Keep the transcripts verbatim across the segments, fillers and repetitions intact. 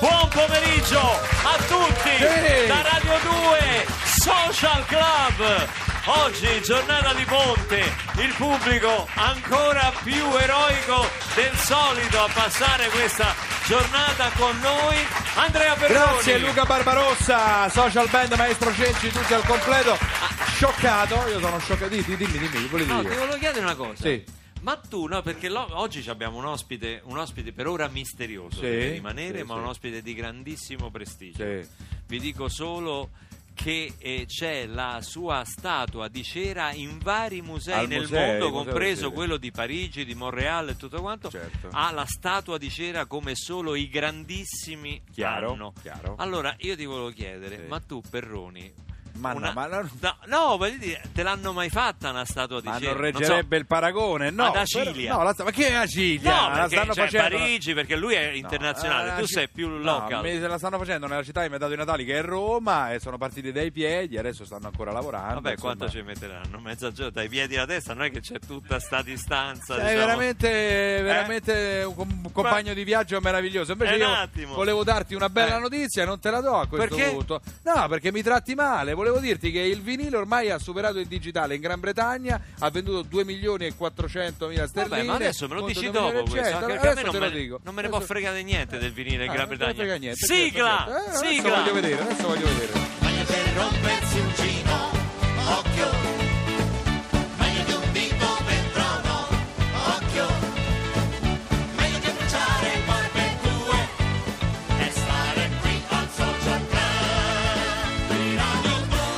buon pomeriggio a tutti sì. da Radio due Social Club. Oggi giornata di ponte, il pubblico ancora più eroico del solito a passare questa giornata con noi. Andrea Perroni. Grazie Luca Barbarossa, Social Band, Maestro Cenci, tutti al completo. Ah, scioccato, io sono scioccato. Dimmi, dimmi, dimmi, volevi No, dire? ti volevo chiedere una cosa. Sì. Ma tu, no, perché lo, oggi abbiamo un ospite, un ospite per ora misterioso, Sì, deve rimanere, sì, ma sì. un ospite di grandissimo prestigio. Sì. Vi dico solo che eh, c'è la sua statua di cera in vari musei Al nel museo, mondo, il museo compreso sì. quello di Parigi, di Montreal e tutto quanto. Certo. Ha la statua di cera come solo i grandissimi Chiaro, hanno. chiaro. Allora io ti volevo chiedere, Sì. ma tu Perroni, Ma una- no, ma non, no, no, voglio dire, te l'hanno mai fatta una statua di ma cera? non reggerebbe so. il paragone, no. Ad però- Acilia. no, la, ma che è Acilia? No, la perché stanno cioè, facendo. Parigi, perché lui è internazionale, No, tu eh, sei più no, local. me la stanno facendo nella città di metà dei Natali che è Roma e sono partiti dai piedi, adesso stanno ancora lavorando. Vabbè, insomma. quanto ci metteranno? Mezza giornata, dai piedi alla testa, non è che c'è tutta sta distanza. Sei diciamo. veramente, veramente un, com- un compagno Ma- di viaggio meraviglioso. Invece Un io attimo. volevo darti una bella Eh. notizia e non te la do a questo Perché? punto. No, perché mi tratti male. Volevo dirti che il vinile ormai ha superato il digitale in Gran Bretagna, ha venduto due milioni e quattrocentomila sterline. Vabbè, ma adesso me lo contro dici due milioni dopo e questo, cento. anche perché a me Adesso non te me, lo dico. non me ne Adesso- può fregare niente del vinile in Ah, Gran non te ne Bretagna. frega niente, Sigla! certo, certo. Eh, Sigla! Adesso voglio vedere, adesso voglio vedere. Meglio che rompersi un gino, occhio. Meglio di un dito per trono, occhio. Meglio che bruciare barbecue e stare qui al Social Club di Radio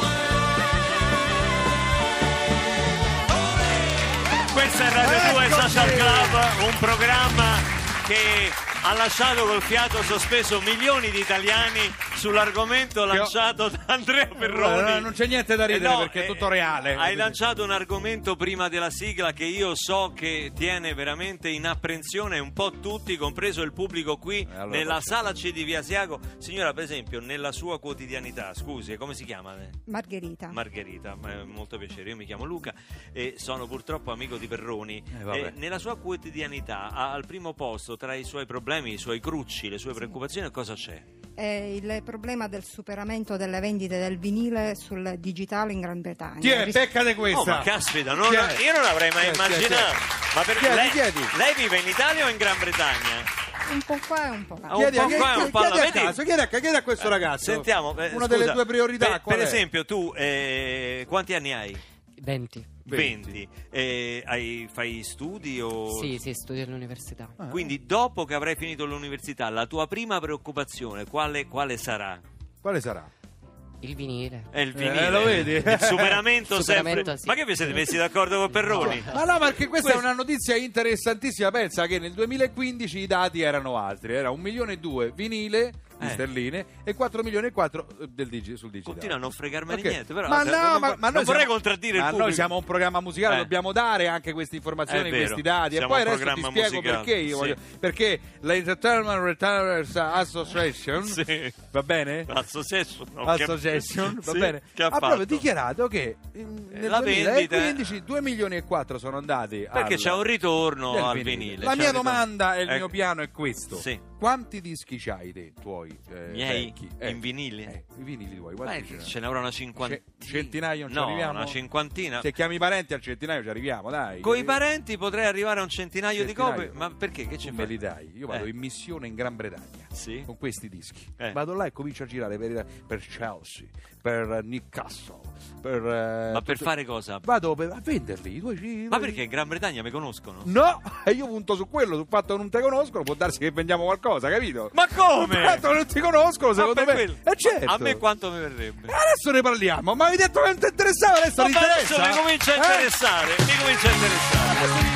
due. Questo è Radio due Eccoci! Social Club, un programma che ha lasciato col fiato sospeso milioni di italiani sull'argomento Che ho- lanciato da Andrea Perroni. Allora, non c'è niente da ridere Eh no, perché è eh, tutto reale. Hai lanciato un argomento prima della sigla che io so che tiene veramente in apprensione un po' tutti, compreso il pubblico qui Eh, allora nella faccio. sala C di Via Asiago. Signora, per esempio, nella sua quotidianità, scusi, come si chiama? Margherita. Margherita, ma è molto piacere, io mi chiamo Luca e sono purtroppo amico di Perroni. Eh, vabbè. Eh, nella sua quotidianità, ha al primo posto tra i suoi problemi, i suoi crucci, le sue preoccupazioni, cosa c'è? È il problema del superamento delle vendite del vinile sul digitale in Gran Bretagna. Chi è? Ris- Peccate questa. Oh, ma caspita, non- Chi è? io non l'avrei mai Chi è? Chi è? immaginato. Chi è? Ma per, Chiedi, lei, chiedi. lei vive in Italia o in Gran Bretagna? Un po' qua e un po' là. Oh, Chiedi, un po' chiedi- qua e un po' là, chiedi a vedi? caso, chiedi a, chiedi a questo ragazzo. Sentiamo, eh, una scusa, delle tue priorità. Per, qual per è? esempio, tu eh, quanti anni hai? venti. venti. Eh, hai, fai studi o... Sì, sì, studio all'università. Ah. Quindi dopo che avrai finito l'università, la tua prima preoccupazione quale, quale sarà? Quale sarà? Il vinile. È il vinile. Eh, lo vedi? Il superamento, Superamento, sempre. sì. Ma che vi siete messi d'accordo con Perroni? Ma no, perché questa Questo- è una notizia interessantissima. Pensa che nel duemilaquindici i dati erano altri. Era un milione e due vinile di Eh. sterline e quattro milioni e quattro del digi- sul digitale. Continua a non fregarmene Ok. niente, però ma se- no, non, ma, non ma noi vorrei siamo- contraddire il ma pubblico. noi siamo un programma musicale, Eh. dobbiamo dare anche queste informazioni, È vero, questi dati. E siamo poi un adesso ti programma spiego musicale, perché io sì. voglio. Perché la Entertainment Retailers Association Sì. va bene? Association, no, che- Association, va Sì, bene? che ha ha proprio fatto? dichiarato che in- nel La vendita- duemilaquindici due milioni e quattro sono andati Perché al- c'è un ritorno del al vinile. La c'è mia un ritorno. domanda e il Ecco. mio piano è questo. Sì. Quanti dischi c'hai te, tuoi? Eh, Miei? vecchi? In vinile? Eh, i vinili tuoi, Ma quanti ce ne ce n'avrà una cinquantina. Ce- centinaio non ci no, arriviamo? una cinquantina. Se chiami i parenti al centinaio ci arriviamo, dai. Con i parenti potrei arrivare a un centinaio, Centinaio. di copie. Ma perché? Che ci Tu fai? me li dai. Io vado Eh. in missione in Gran Bretagna Sì. con questi dischi. Eh. Vado là e comincio a girare per, per Chelsea, per Newcastle, per... eh, Ma per tutto- fare cosa? Vado per- a venderli. i tuoi- i Ma tuoi- perché in Gran Bretagna mi conoscono? No, e io punto su quello, sul fatto che non ti conoscono, può darsi che vendiamo qualcosa, capito? Ma come? Sul fatto che non ti conoscono, Ma secondo per me. quello- Eh, certo. A me quanto mi verrebbe? E adesso ne parliamo, ma avevi detto che non ti interessava, adesso Ma ti adesso interessa? mi comincia a Eh? interessare, mi comincia a interessare.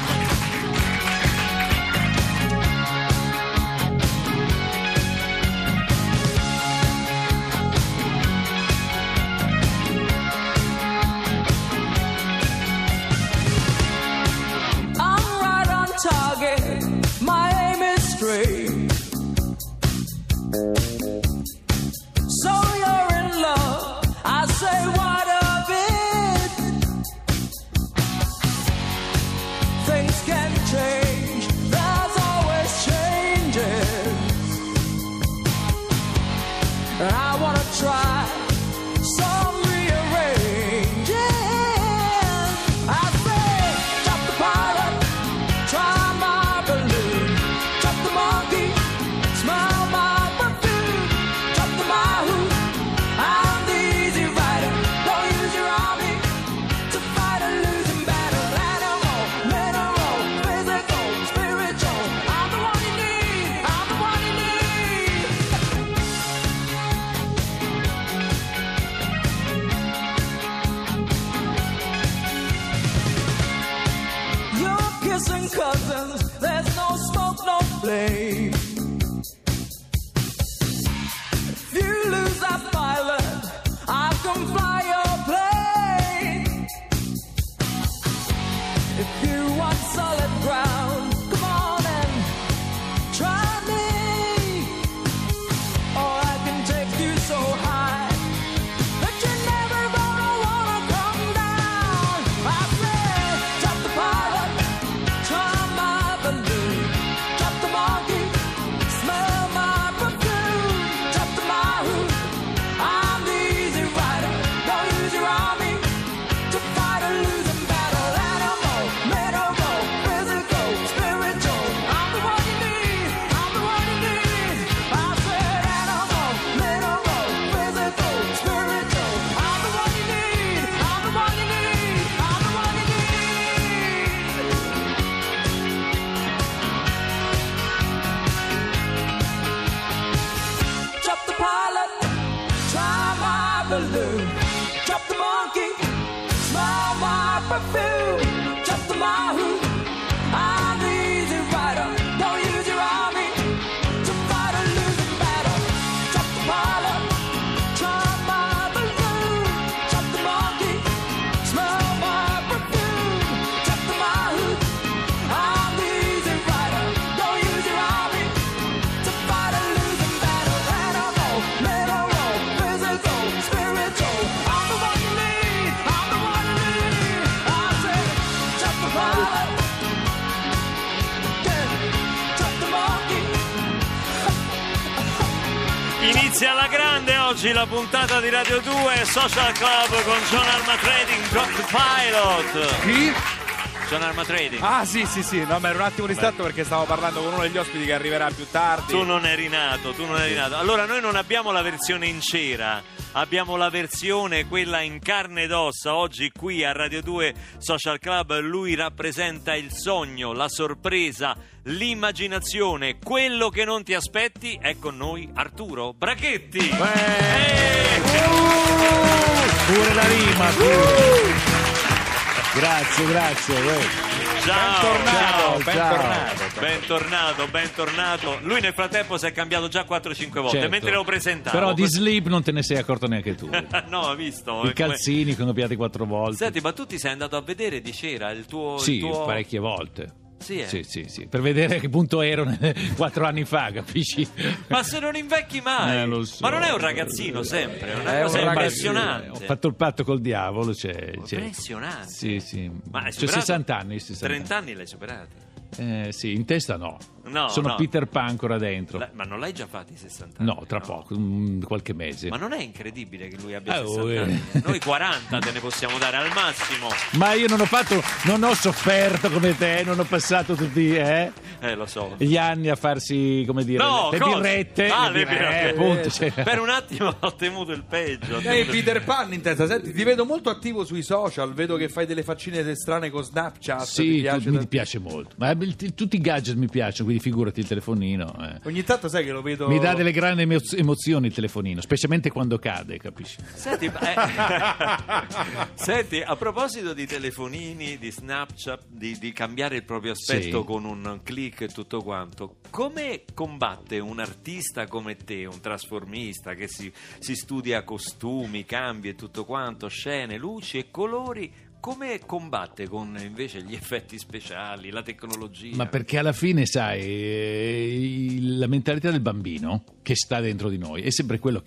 I'm right on target. My aim is straight. So you're in love. I say what of it? and I wanna try some rearranging. I say, drop the pilot, try my balloon, drop the monkey, smell my perfume, drop the mahou, I'm the easy rider. Don't use your army to fight a losing battle. Animal, mineral, physical, spiritual, I'm the one you need, I'm the one you need. You're kissing cousins, there's no smoke, no flame. If you lose that pilot, I can fly your plane. If you want solid ground, come on and try me. Or I can take you so high that you're never gonna wanna come down. I said, drop the pilot, try my balloon, drop the monkey, smell my perfume, drop the mahou, I'm the easy rider. Don't use your army to fight a losing battle. Animal, mineral, physical, spiritual, I'm the one you need, I'm the one you need. I said animal, mineral, physical, spiritual, I'm the one you need, I'm the one you need, I'm the one you need. Drop the pilot, try my balloon, drop the monkey, smell my perfume, drop the mahou, I'm the easy rider. Don't use your army to fight a losing battle. Drop the pilot, try my balloon, drop the monkey, smell my perfume, drop the mahou, I'm the easy rider. Don't use your army to fight a losing battle. Animal, mineral, physical, spiritual, I'm the one you need, I'm the one you need. I say, drop the pilot, yeah, drop the monkey. Inizia alla grande oggi la puntata di Radio due Social Club con John Arma Trading, Drop the Pilot. Chi? John Arma Trading. Ah sì sì sì, no, ma ero un attimo distratto perché stavo parlando con uno degli ospiti che arriverà più tardi. Tu non eri nato, tu non eri nato. Allora noi non abbiamo la versione in cera, abbiamo la versione quella in carne ed ossa. Oggi qui a Radio due Social Club lui rappresenta il sogno, la sorpresa, l'immaginazione, quello che non ti aspetti. È con noi Arturo Brachetti. Eh! Pure la rima, pure. Grazie, grazie. uè. Ciao, Bentornato, ciao, bentornato. bentornato, bentornato. Lui nel frattempo si è cambiato già quattro cinque volte, Certo. mentre lo presentavo. Però di Sleep non te ne sei accorto neanche tu. No, ha visto? I calzini che hanno piati quattro volte. Senti, ma tu ti sei andato a vedere di cera il tuo... Sì, il tuo... parecchie volte. Sì, eh. sì, sì, sì, per vedere a che punto ero nel- quattro anni fa, capisci? Ma se non invecchi mai. Eh, lo so. Ma non è un ragazzino sempre, è una È cosa un ragazzino. impressionante. Ho fatto il patto col diavolo, c'è, c'è. Impressionante. Sì, sì. Ma hai C'ho superato? sessanta anni, sessanta trenta anni l'hai superato. Eh, sì, in testa no. No, Sono no. Peter Pan ancora dentro. La- ma non l'hai già fatti i sessanta anni? No, tra poco, mm, qualche mese. Ma non è incredibile che lui abbia Eh, oh, sessanta eh. anni? Noi quaranta te ne possiamo dare al massimo. Ma io non ho fatto, non ho sofferto come te, non ho passato tutti eh, Eh, lo so. gli anni a farsi, come dire, No, le cosa? birrette. Ah, le birre- birrette. eh, appunto, cioè. Per un attimo ho temuto il peggio. ho Ehi, temuto- Peter Pan in testa, senti, ti vedo molto attivo sui social, vedo che fai delle faccine strane con Snapchat. Sì, ti tu- piace? mi piace molto. Ma il- t- tutti i gadget mi piacciono, quindi figurati il telefonino. eh. Ogni tanto sai che lo vedo. Mi dà delle grandi emo- emozioni il telefonino, specialmente quando cade, capisci? Senti, eh, senti, a proposito di telefonini, di Snapchat, di, di cambiare il proprio aspetto Sì. con un click e tutto quanto, come combatte un artista come te, un trasformista che si, si studia costumi, cambi e tutto quanto, scene, luci e colori? Come combatte con invece gli effetti speciali, la tecnologia? Ma perché alla fine, sai, eh, il- la mentalità del bambino che sta dentro di noi è sempre quello che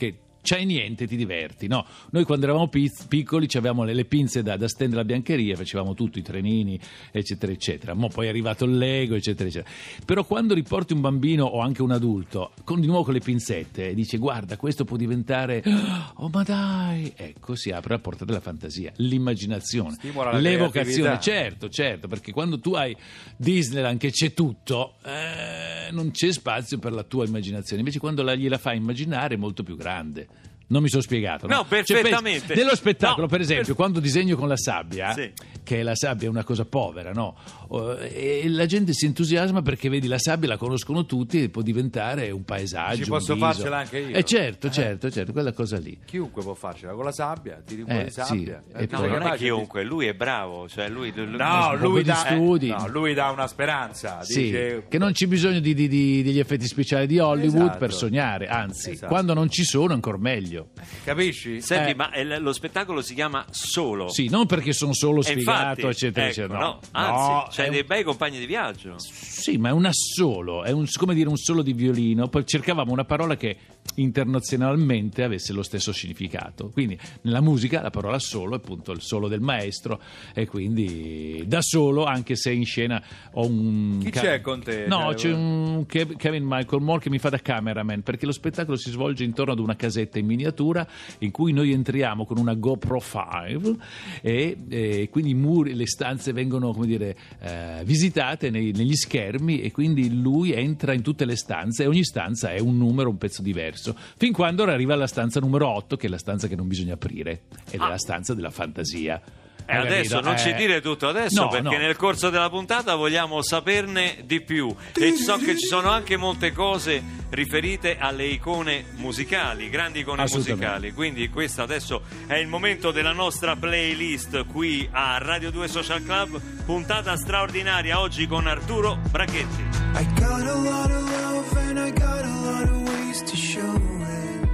c'hai niente, ti diverti, no? Noi quando eravamo piz- piccoli avevamo le, le pinze da, da stand della biancheria, facevamo tutto, i trenini, eccetera, eccetera. Mo' poi è arrivato il Lego, eccetera, eccetera. Però quando riporti un bambino o anche un adulto, con, di nuovo con le pinzette, e dice guarda, questo può diventare, oh ma dai, ecco, si apre la porta della fantasia, l'immaginazione, Stimola la l'evocazione, creatività. certo, certo, perché quando tu hai Disneyland che c'è tutto, eh, non c'è spazio per la tua immaginazione, invece quando la, gliela fai immaginare è molto più grande. Non mi sono spiegato, no? No, perfettamente. Cioè, nello spettacolo, No, per esempio, per- quando disegno con la sabbia, Sì. che la sabbia è una cosa povera, no? Oh, E la gente si entusiasma perché vedi la sabbia, la conoscono tutti e può diventare un paesaggio. Ci un posso viso. farcela anche io? Eh certo, certo, certo, quella cosa lì. Chiunque può farcela con la sabbia, tiri un po' Eh, di sì, sabbia. e tu No, poi- sei non è capace di- chiunque, lui è bravo, cioè lui, lui- No, Un po' lui di dà, studi. no, lui dà una speranza. Sì, Dice, che non c'è bisogno di, di- di- degli effetti speciali di Hollywood Esatto. per sognare, anzi, Esatto. quando non ci sono ancora meglio. capisci? Senti, Eh. ma il- lo spettacolo si chiama Solo. Sì, non perché sono solo E sfigato, infatti, eccetera, ecco, eccetera. no, anzi, No, c'hai è un- dei bei compagni di viaggio. Sì, ma è un assolo, è un, come dire un solo di violino. Poi cercavamo una parola che internazionalmente avesse lo stesso significato. Quindi nella musica la parola solo è appunto il solo del maestro e quindi da solo, anche se in scena ho un... Chi c'è con te? No, Eh, c'è un Kev- Kevin Michael Moore che mi fa da cameraman, perché lo spettacolo si svolge intorno ad una casetta in miniatura in cui noi entriamo con una GoPro cinque e, e quindi i muri, le stanze vengono, come dire, eh, visitate nei- negli schermi e quindi lui entra in tutte le stanze e ogni stanza è un numero, un pezzo diverso, fin quando arriva alla stanza numero otto, che è la stanza che non bisogna aprire ed è Ah. la stanza della fantasia. E Hai adesso capito? non ci Eh, dire tutto adesso, no, perché no. nel corso della puntata vogliamo saperne di più e so che ci sono anche molte cose riferite alle icone musicali, grandi icone Assolutamente. musicali, quindi questo adesso è il momento della nostra playlist qui a Radio due Social Club, puntata straordinaria oggi con Arturo Brachetti. I got a lot of love and I got a lot of ways to show it.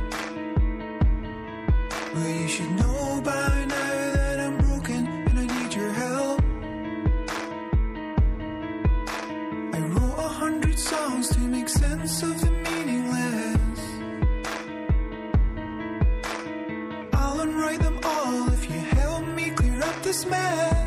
But you should know by now that I'm broken and I need your help. I wrote a hundred songs to make sense of the meaningless. I'll unwrite them all if you help me clear up this mess.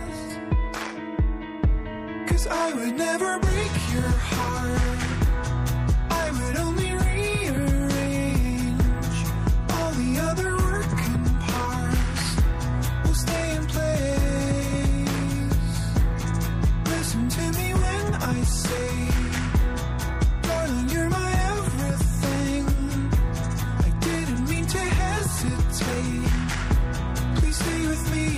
'Cause I would never break your heart. I would only rearrange all the other working parts. Will stay in place. Listen to me when I say, darling, you're my everything. I didn't mean to hesitate. Please stay with me.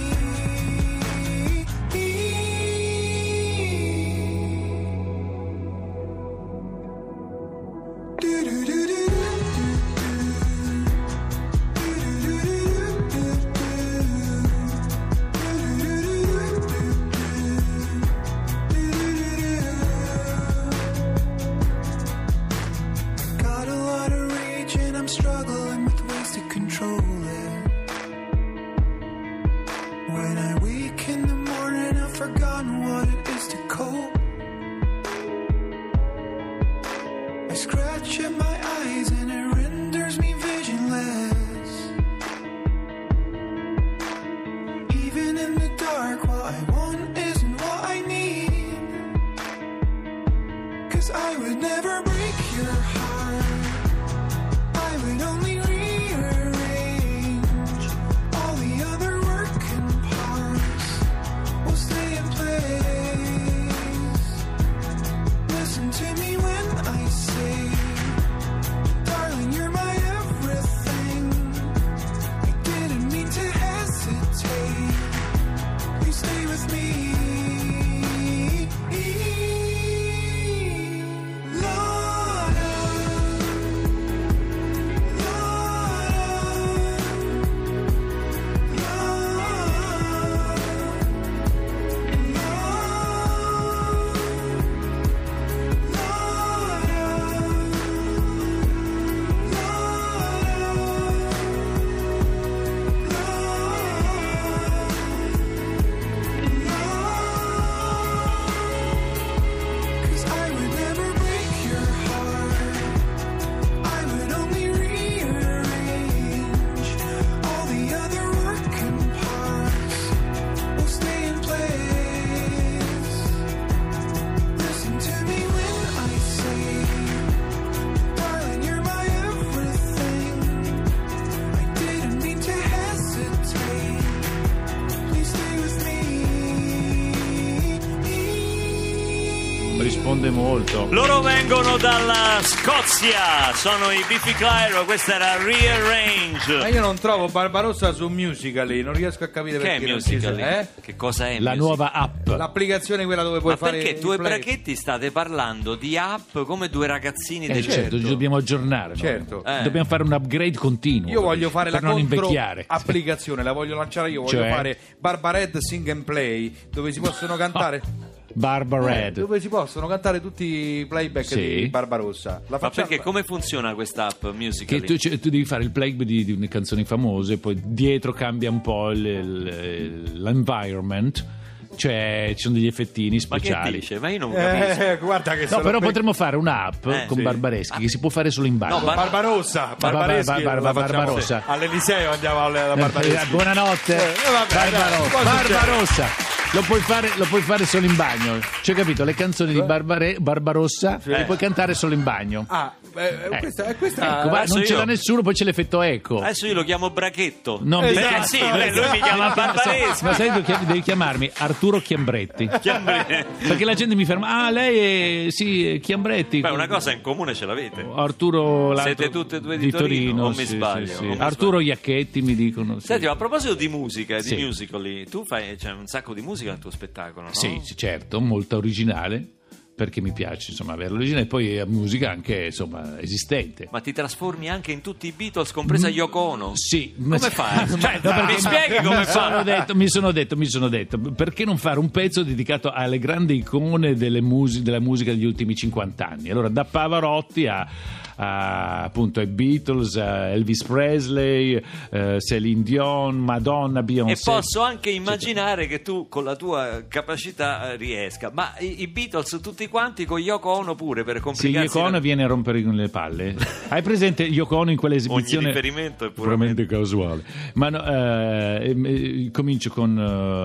grande molto. Loro vengono dalla Scozia, sono i Biffy Clyro, questa era Ma Rearrange. io non trovo Barbarossa su Musical.ly, non riesco a capire Che è perché non ci Musical.ly? sia- eh? Che cosa è La Musical.ly? nuova app. L'applicazione quella dove puoi Ma fare perché il tu e play. Brachetti state parlando di app come due ragazzini Eh, del certo, ci dobbiamo aggiornare. no? Certo. Eh. Dobbiamo fare un upgrade continuo. Io voglio fare per la non contro invecchiare. applicazione, la voglio lanciare io, voglio Cioè? fare Barbared Sing and Play, dove si possono cantare Barbared. Eh, dove si possono cantare tutti i playback Sì. di Barbarossa. La Ma facciamo- perché come funziona questa app Che Musical.ly? tu, cioè, tu devi fare il playback di, di une canzoni famose, poi dietro cambia un po' il- il- l'environment, cioè ci sono degli effettini Ma che speciali. dice? Ma io non capisco. Eh, guarda che No, sono però pe- potremmo fare un'app Eh, con sì. Barbareschi che si può fare solo in bagno. No, Bar- Barbarossa, Bar- Barbareschi Bar- Bar- la facciamo Barbarossa. all'Eliseo, andiamo alla Eh, Barbareschi. buonanotte. Eh, vabbè, Barbaro- dai, cosa succede? Barbarossa. Lo puoi, fare, lo puoi fare solo in bagno. Cioè, capito? Le canzoni di Barbare- Barbarossa le puoi cantare solo in bagno. Ah, eh, Eh. questa, eh, questa Ecco, ma adesso non ce io- l'ha nessuno, poi c'è l'effetto eco. Adesso io lo chiamo Brachetto. Non Perché bisogna- sì, beh, lui mi chiama Barbareschi. Ma sai, devi chiam- devi chiamarmi Arturo Chiambretti. Perché la gente mi ferma. Ah, lei è sì, è Chiambretti. Beh, una cosa in comune ce l'avete. Arturo l'altro- Siete tutte e due di Torino, o mi sì, sbaglio, sì, o sì. mi Arturo Iacchetti mi dicono. Sì. Senti, ma a proposito di musica e di Sì. Musical.ly, tu fai c'è un sacco di musica nel tuo spettacolo, no? Sì, sì, certo, molto originale, perché mi piace insomma avere l'originale e poi è musica anche insomma esistente. Ma ti trasformi anche in tutti i Beatles, compresa Yoko Ono? Sì, Come fai? Cioè, No, perché mi spieghi come mi sono fai? detto, mi sono detto, mi sono detto, perché non fare un pezzo dedicato alle grandi icone delle musi- della musica degli ultimi cinquanta anni? Allora, da Pavarotti a, a, appunto ai Beatles, a Elvis Presley, eh, Celine Dion, Madonna, Beyoncé. E posso anche immaginare che tu con la tua capacità eh, riesca. Ma i, i Beatles tutti quanti con Yoko Ono pure per Sì, complicarsi Yoko Ono la- viene a rompere le palle. Hai presente Yoko Ono in quell'esibizione? Ogni riferimento è puramente- puramente casuale. Ma no, eh, ehm, eh, comincio con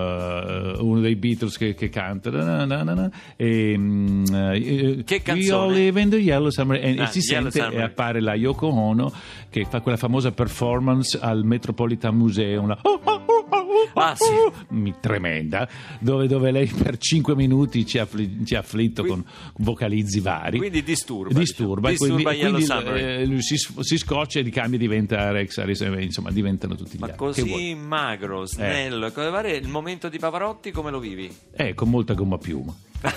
eh, uno dei Beatles che, che canta na, na, na, na, e, mm, eh, Che We canzone? all live in the yellow summer e, e Ah, si Yellow sente Summer. e appare la Yoko Ono che fa quella famosa performance al Metropolitan Museum, la- Ah, sì. mi- tremenda, dove, dove lei per cinque minuti ci ha, affli- ci ha afflitto con vocalizzi vari. Quindi disturba, Disturba, diciamo. quindi, Disturba Yellow quindi, Submarine. eh, lui si, si scoccia e di cambio diventa Rex Harris, eh, insomma diventano tutti gli Ma altri. Che vuoi? così magro, snello, cose varie, il momento di Pavarotti come lo vivi? Eh, con molta gomma a piuma.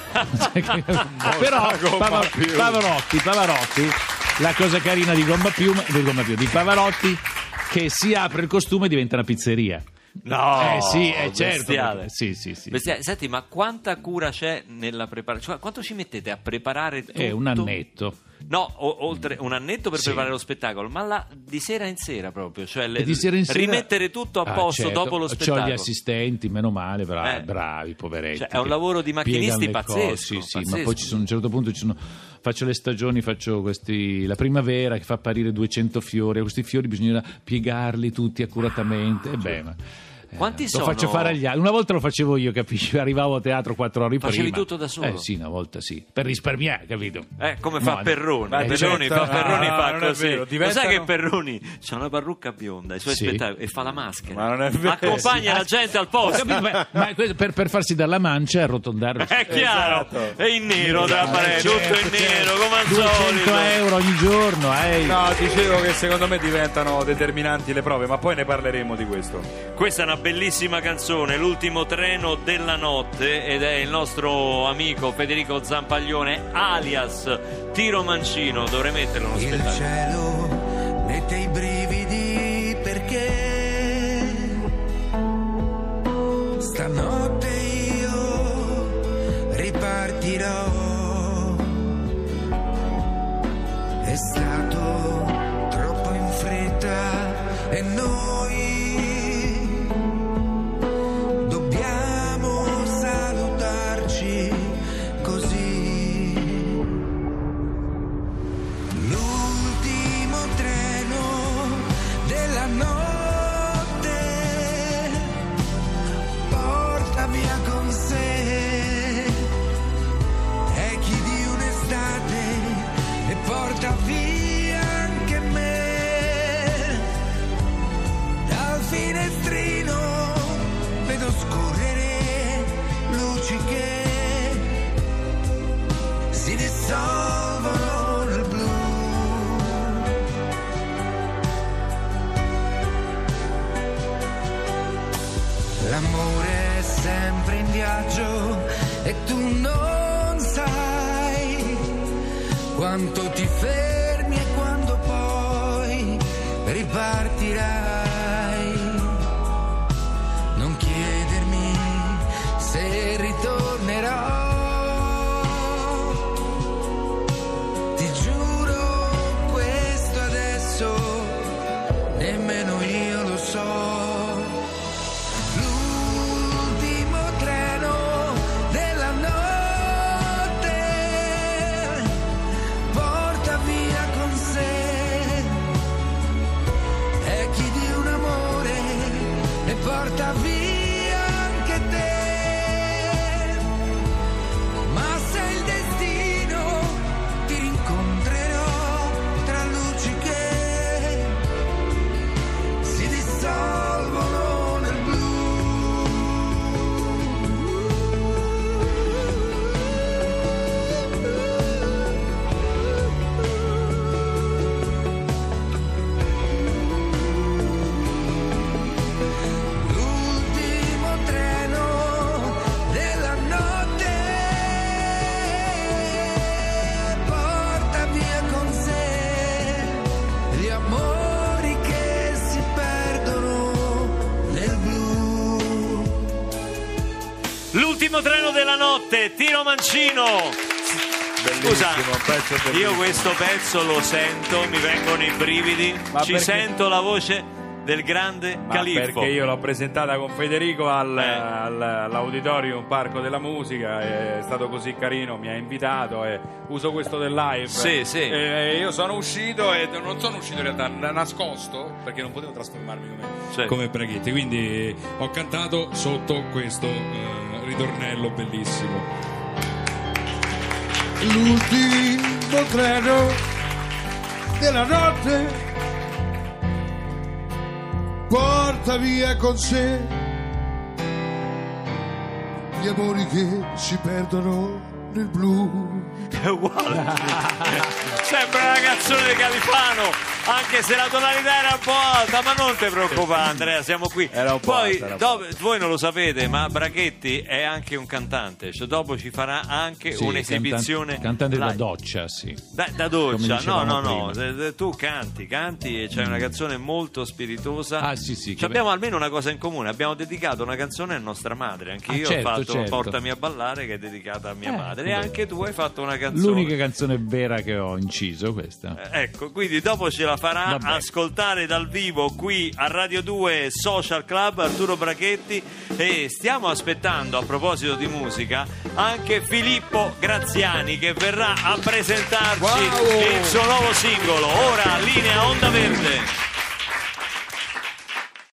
Però Pava- Pavarotti, Pavarotti, la cosa carina di gomma a piuma, di gomma a piuma, di Pavarotti, che si apre il costume e diventa una pizzeria. No, eh sì, è certo. bestiale. Sì, sì, sì. Bestiale. Senti, ma quanta cura c'è nella preparazione? Cioè, quanto ci mettete a preparare tutto? È un annetto. No, o- oltre un annetto per Sì. preparare lo spettacolo, ma la, di sera in sera proprio, cioè le- E di sera in sera- rimettere tutto a Ah, posto certo. dopo lo C'ho spettacolo. gli assistenti, meno male, bravi, Eh. bravi poveretti. Cioè, è un che lavoro di macchinisti piegano le cose. pazzesco, Sì, sì, pazzesco. ma poi ci sono, a un certo punto ci sono, faccio le stagioni, faccio questi, la primavera che fa apparire duecento fiori, e questi fiori bisogna piegarli tutti accuratamente. E beh, ma, eh, Quanti lo sono? faccio fare agli altri. Una volta lo facevo io, capisci? Arrivavo a teatro quattro ore Facevi prima. tutto da solo? Eh sì, una volta sì, per risparmiare, capito? Eh, come fa No, Perroni? eh, Perroni, certo. fa, Perroni Ah, fa non è così. vero, Lo diventano- sai che Perroni c'ha una parrucca bionda ai suoi Sì. spettacoli e fa la maschera. Ma non è vero. Accompagna la gente al Ho posto. capito, ma- ma questo per, per farsi dalla mancia e arrotondarlo. È chiaro, Esatto. è in nero da fare, Certo, tutto in certo. nero, come al duecento solito. euro ogni giorno, eh. No, dicevo che secondo me diventano determinanti le prove, ma poi ne parleremo di questo. Questa è una bellissima canzone, L'ultimo treno della notte, ed è il nostro amico Federico Zampaglione alias Tiro Mancino. Dovrei metterlo uno Il spettacolo. cielo mette i brividi perché stanotte io ripartirò. È stato troppo in fretta e noi dobbiamo salutarci così. L'ultimo treno della notte porta via con sé echi di un'estate e porta via anche me. Dal finestrino vedo scorrere luci che si L'amore è sempre in viaggio e tu non sai quanto ti fermi e quando poi ripartirai. Non chiedermi se ritornerò. Ti giuro questo adesso nemmeno io lo so. L'ultimo treno della notte porta via con sé. È chi di un amore e porta via anche te. Ma se il destino ti rincontrerò tra luci che si dissolvono nel blu. L'ultimo treno della notte porta via con sé gli amori che si perdono nel blu. L'ultimo treno della notte, Tino Mancino. Scusa, Bellissimo, pezzo bellissimo. io questo pezzo lo sento, mi vengono i brividi, Ma ci perché- sento la voce del grande Ma Califfo. perché io l'ho presentata con Federico al, Eh. al- all'Auditorium Parco della Musica, è stato così carino, mi ha invitato e uso questo del live. Sì, sì. E io sono uscito e non sono uscito in realtà, n- nascosto, perché non potevo trasformarmi come, Sì. come Braghetti, quindi ho cantato sotto questo eh, ritornello bellissimo. L'ultimo treno della notte porta via con sé gli amori che si perdono nel blu. È uguale. Sembra una canzone di Califano, anche se la tonalità era un po' alta, ma non ti preoccupare Andrea, siamo qui. Era un po' Poi alta, era un dopo- voi non lo sapete, ma Braghetti è anche un cantante, cioè dopo ci farà anche Sì, un'esibizione cantante, cantante da live. doccia, sì. Da, da Come doccia, no, dicevamo no, no, prima. se- se tu canti, canti e c'è una canzone molto spiritosa. Ah, sì, sì, Ci che- abbiamo almeno una cosa in comune, abbiamo dedicato una canzone a nostra madre, anche Ah, io certo, ho fatto certo. Portami a ballare che è dedicata a mia Eh, madre e vabbè. anche tu hai fatto una canzone. L'unica canzone vera che ho inciso, questa. Eh, Ecco, quindi dopo ce la farà Vabbè. ascoltare dal vivo qui a Radio due Social Club Arturo Braghetti e stiamo aspettando, a proposito di musica, anche Filippo Graziani che verrà a presentarci Wow! il suo nuovo singolo. Ora linea Onda Verde.